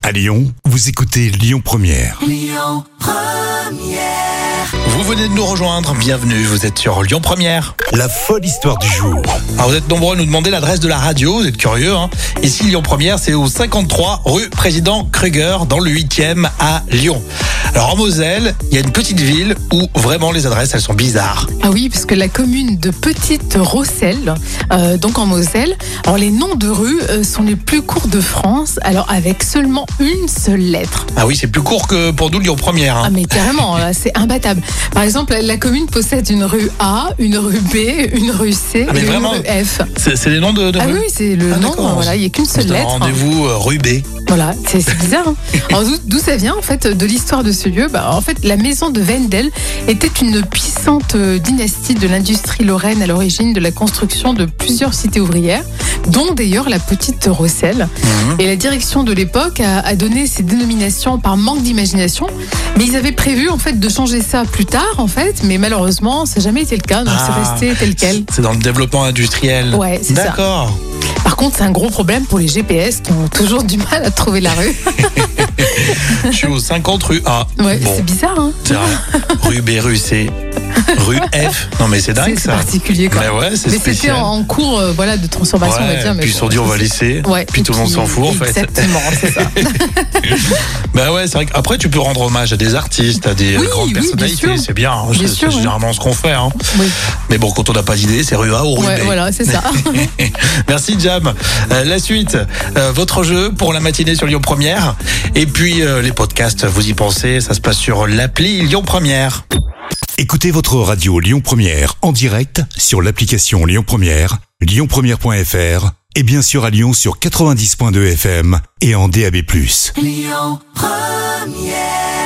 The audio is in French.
À Lyon, vous écoutez Lyon Première. Lyon Première. Vous venez de nous rejoindre, bienvenue, vous êtes sur Lyon Première. La folle histoire du jour. Alors vous êtes nombreux à nous demander l'adresse de la radio, vous êtes curieux, hein. Ici Lyon Première, c'est au 53 rue Président Kruger, dans le 8e à Lyon. Alors en Moselle, il y a une petite ville où vraiment les adresses, elles sont bizarres. Ah oui, parce que la commune de Petite-Rosselle, donc en Moselle, alors les noms de rues sont les plus courts de France, alors avec seulement une seule lettre. Ah oui, c'est plus court que pour nous Lyon Première. Hein. Ah mais carrément, là, c'est imbattable. Par exemple, la commune possède une rue A, une rue B, une rue C Ah, mais et vraiment, une rue F. C'est les noms de Ah rues. oui, c'est le nom, d'accord. voilà, il n'y a qu'une seule C'est un lettre. rendez-vous rue B. Voilà, c'est bizarre. Hein. Alors d'où ça vient en fait de l'histoire de ce lieu? En fait, la maison de Wendel était une puissante dynastie de l'industrie lorraine à l'origine de la construction de plusieurs cités ouvrières, dont d'ailleurs la Petite-Rosselle. Et la direction de l'époque a donné ces dénominations par manque d'imagination, mais ils avaient prévu en fait de changer ça plus tard en fait, mais malheureusement ça n'a jamais été le cas, donc c'est resté tel quel. C'est dans le développement industriel. Ouais, c'est ça. D'accord. Par contre, c'est un gros problème pour les GPS qui ont toujours du mal à trouver la rue. Je suis au 50 rue A. Ouais, Bon, c'est bizarre, hein. c'est vrai. Rue B, rue C, rue F. Non mais c'est dingue C'est ça. particulier quoi. Mais ouais, c'est Mais c'était spécial. en cours voilà, de transformation, on va dire. Mais puis ils se sont dit on va laisser, Ouais, puis et tout le monde s'en fout en fait. Exactement, c'est ça. Bah ouais, c'est vrai qu'après tu peux rendre hommage à des artistes, à des Oui, grandes oui, bien personnalités, sûr. c'est bien, hein. Bien C'est sûr, généralement ce qu'on fait. Hein. Oui. Mais bon, quand on n'a pas d'idée, c'est rue A ou rue Ouais, B. voilà, c'est ça. Merci Jam. La suite, votre jeu pour la matinée sur Lyon Première. Et puis les podcasts, vous y pensez, ça se passe sur l'appli Lyon Première. Écoutez votre radio Lyon Première en direct sur l'application Lyon Première, lyonpremière.fr et bien sûr à Lyon sur 90.2 FM et en DAB+. Lyon Première.